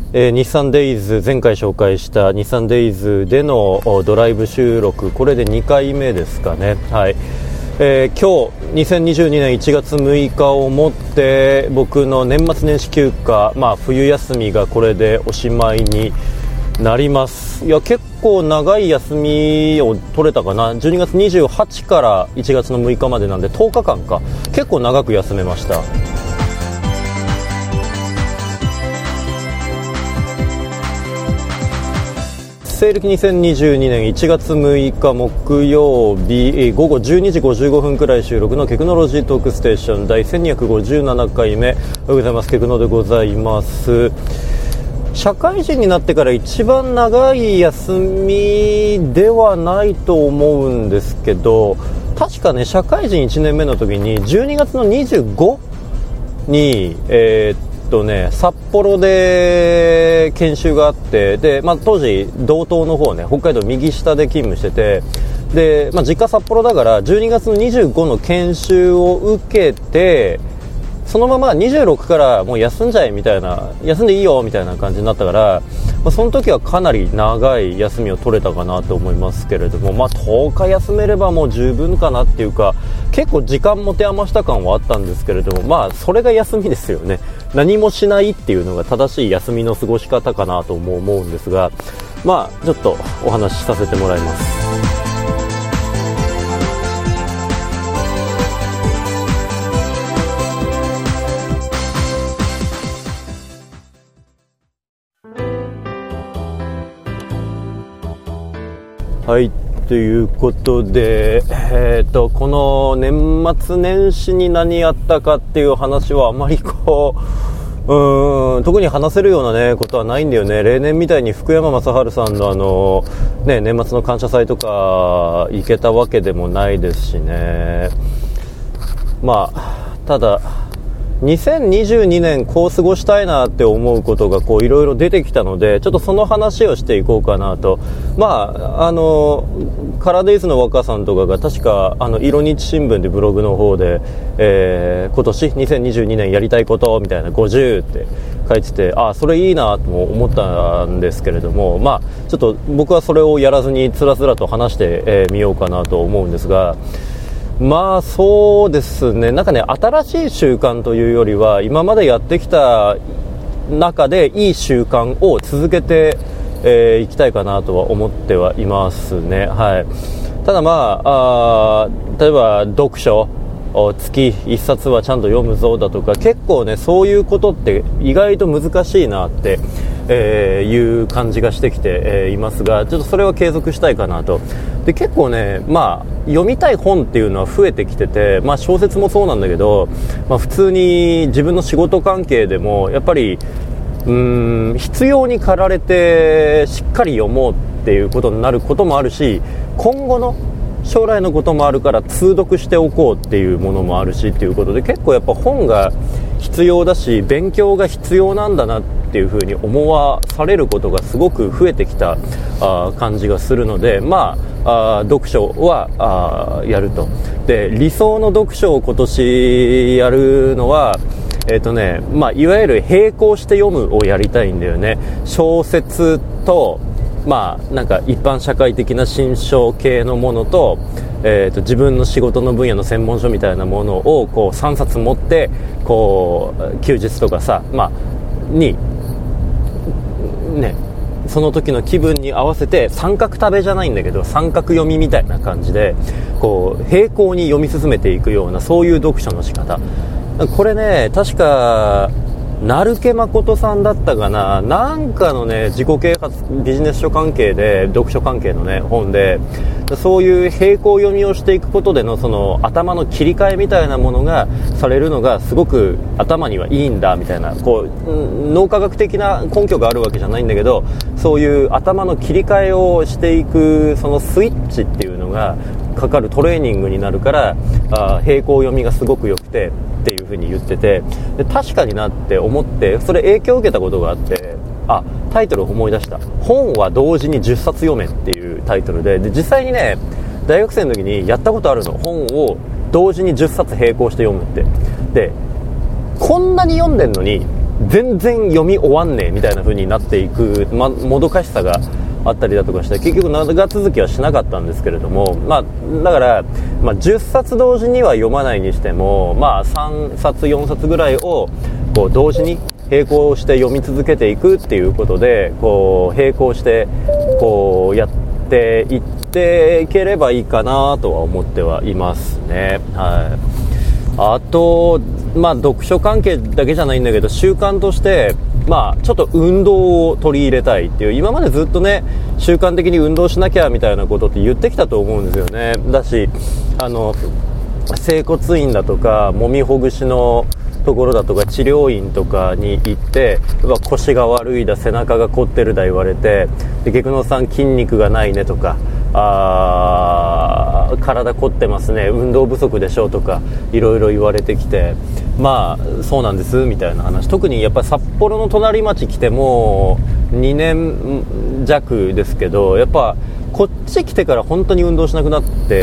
日産デイズ、前回紹介した日産デイズでのドライブ収録、これで2回目ですかね。はい。今日2022年1月6日をもって僕の年末年始休暇、冬休みがこれでおしまいになります。いや、結構長い休みを取れたかな。12月28から1月の6日までなんで10日間か。結構長く休めました。西暦2022年1月6日木曜日午後12時55分くらい収録のテクノロジートークステーション第1257回目。おはようございます。テクノでございます。社会人になってから一番長い休みではないと思うんですけど、確かね、社会人1年目の時に12月の25に札幌で研修があって、で、当時道東の方ね、北海道右下で勤務してて、で、実家札幌だから12月の25の研修を受けて、そのまま26からもう休んじゃえみたいな、休んでいいよみたいな感じになったから、その時はかなり長い休みを取れたかなと思いますけれども、10日休めればもう十分かなっていうか、結構時間持て余した感はあったんですけれども、それが休みですよね。何もしないっていうのが正しい休みの過ごし方かなとも思うんですが、ちょっとお話しさせてもらいます。はい、ということで、この年末年始に何やったかっていう話はあまり特に話せるようなねことはないんだよね。例年みたいに福山雅治さんの年末の感謝祭とか行けたわけでもないですしね。ただ2022年こう過ごしたいなって思うことがいろいろ出てきたので、ちょっとその話をしていこうかなと。カラーデイズの若さんとかが確か色日新聞でブログの方で、今年2022年やりたいことみたいな50って書いてて、それいいなとも思ったんですけれども、ちょっと僕はそれをやらずにつらつらと話してみようかなと思うんですが、そうですね、新しい習慣というよりは今までやってきた中でいい習慣を続けていきたいかなとは思ってはいますね。はい。ただ例えば読書月1冊はちゃんと読むぞだとか、結構ねそういうことって意外と難しいなっていう感じがしてきていますが、ちょっとそれは継続したいかなと。で、結構ね読みたい本っていうのは増えてきてて、小説もそうなんだけど、普通に自分の仕事関係でもやっぱり必要に駆られてしっかり読もうっていうことになることもあるし、今後の将来のこともあるから通読しておこうっていうものもあるしっていうことで、結構やっぱ本が必要だし勉強が必要なんだなっていうふうに思わされることがすごく増えてきた感じがするので、読書はやると。で、理想の読書を今年やるのはいわゆる並行して読むをやりたいんだよね。小説と一般社会的な新書系のものと、自分の仕事の分野の専門書みたいなものを3冊持って休日とかにね、その時の気分に合わせて三角食べじゃないんだけど三角読みみたいな感じで並行に読み進めていくような、そういう読書の仕方。これね、確か成毛誠さんだったかな、なんかのね自己啓発ビジネス書関係で読書関係のね本で、そういう並行読みをしていくことでのその頭の切り替えみたいなものがされるのがすごく頭にはいいんだみたいな、脳科学的な根拠があるわけじゃないんだけど、そういう頭の切り替えをしていくそのスイッチっていうのがかかるトレーニングになるから、並行読みがすごく良くてっていう風に言ってて、で確かになって思って、それ影響を受けたことがあって、タイトルを思い出した。本は同時に10冊読めっていうタイトルで、実際にね大学生の時にやったことあるの。本を同時に10冊並行して読むって。でこんなに読んでんのに全然読み終わんねえみたいな風になっていく、もどかしさがあったりだとかして結局長続きはしなかったんですけれども、だから、10冊同時には読まないにしても、3冊4冊ぐらいをこう同時に並行して読み続けていくっていうことでこう並行してこうやっていっていければいいかなとは思ってはいますね。あと、読書関係だけじゃないんだけど習慣としてちょっと運動を取り入れたいっていう、今までずっとね習慣的に運動しなきゃみたいなことって言ってきたと思うんですよね。だし整骨院だとか揉みほぐしのところだとか治療院とかに行って腰が悪いだ背中が凝ってるだ言われて、で菊野さん筋肉がないねとか体凝ってますね運動不足でしょうとかいろいろ言われてきて、そうなんですみたいな話。特にやっぱり札幌の隣町来ても2年弱ですけど、やっぱこっち来てから本当に運動しなくなって、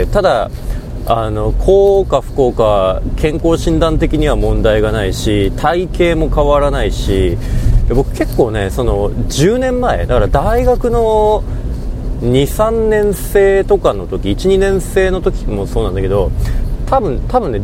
ただ幸か不幸か健康診断的には問題がないし体型も変わらないし、僕結構ねその10年前だから大学の 2,3 年生とかの時 1,2 年生の時もそうなんだけど多分ね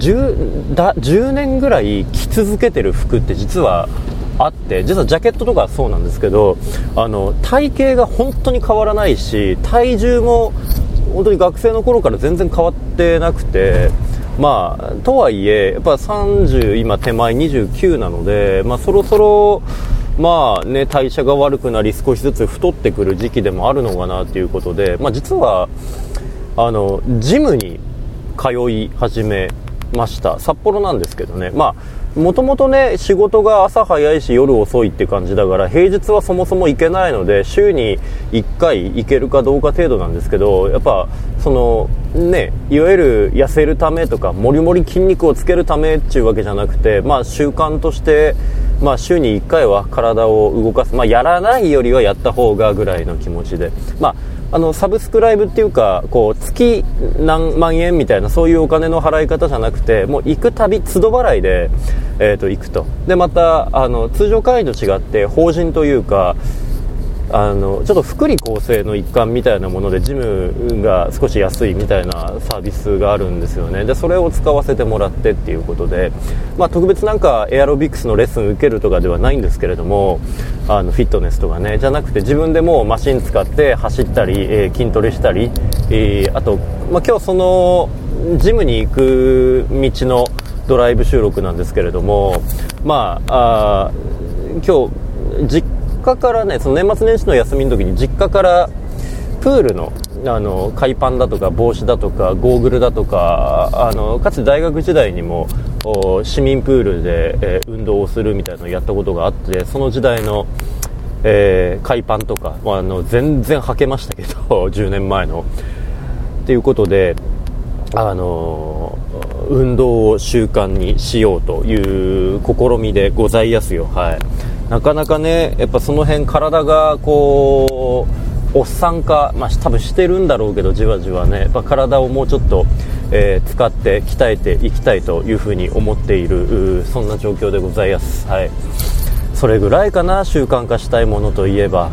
10年ぐらい着続けてる服って実はあって、実はジャケットとかはそうなんですけど体型が本当に変わらないし体重も本当に学生の頃から全然変わってなくて、とはいえやっぱ30今手前29なので、そろそろ代謝が悪くなり少しずつ太ってくる時期でもあるのかなということで、実はジムに通い始めました。札幌なんですけどね、もともとね仕事が朝早いし夜遅いって感じだから平日はそもそも行けないので週に1回行けるかどうか程度なんですけど、やっぱそのねいわゆる痩せるためとかもりもり筋肉をつけるためっていうわけじゃなくて、習慣として週に1回は体を動かす、やらないよりはやった方がぐらいの気持ちで、サブスクライブっていうかこう月何万円みたいなそういうお金の払い方じゃなくて、もう行くたび都度払いで、行くと。でまた通常会員と違って法人というかちょっと福利厚生の一環みたいなものでジムが少し安いみたいなサービスがあるんですよね。でそれを使わせてもらってっていうことで、特別なんかエアロビクスのレッスン受けるとかではないんですけれどもフィットネスとかねじゃなくて自分でもマシン使って走ったり、筋トレしたり、あと、今日そのジムに行く道のドライブ収録なんですけれども、今日実家からねその年末年始の休みの時に実家からプールの海パンだとか帽子だとかゴーグルだとかかつて大学時代にも市民プールで、運動をするみたいなのをやったことがあって、その時代の、海パンとか、全然履けましたけど10年前のっていうことで運動を習慣にしようという試みでございますよ。なかなかねやっぱその辺体がこうおっさん化、多分してるんだろうけどじわじわねやっぱ体をもうちょっと、使って鍛えていきたいというふうに思っているそんな状況でございます。それぐらいかな習慣化したいものといえば。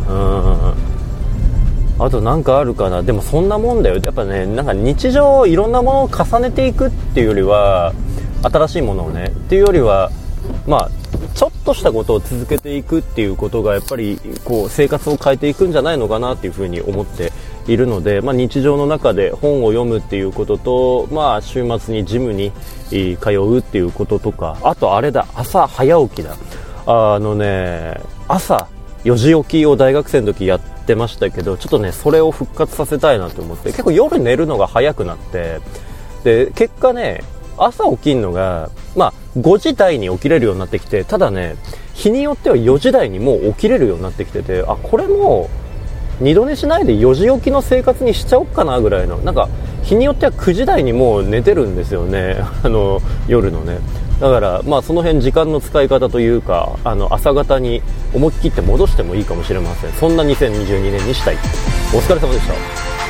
あとなんかあるかな。でもそんなもんだよ。やっぱねなんか日常いろんなものを重ねていくっていうよりは新しいものをねっていうよりはちょっとしたことを続けていくっていうことがやっぱりこう生活を変えていくんじゃないのかなっていうふうに思っているので、日常の中で本を読むっていうことと、週末にジムに通うっていうこととか、あとあれだ朝早起きだ。朝4時起きを大学生の時やってましたけどちょっとねそれを復活させたいなと思って結構夜寝るのが早くなってで結果ね朝起きるのが5時台に起きれるようになってきて、ただね日によっては4時台にもう起きれるようになってきててこれもう二度寝しないで4時起きの生活にしちゃおっかなぐらいのなんか日によっては9時台にもう寝てるんですよね夜のね。だからその辺時間の使い方というか朝方に思い切って戻してもいいかもしれません。そんな2022年にしたい。お疲れ様でした。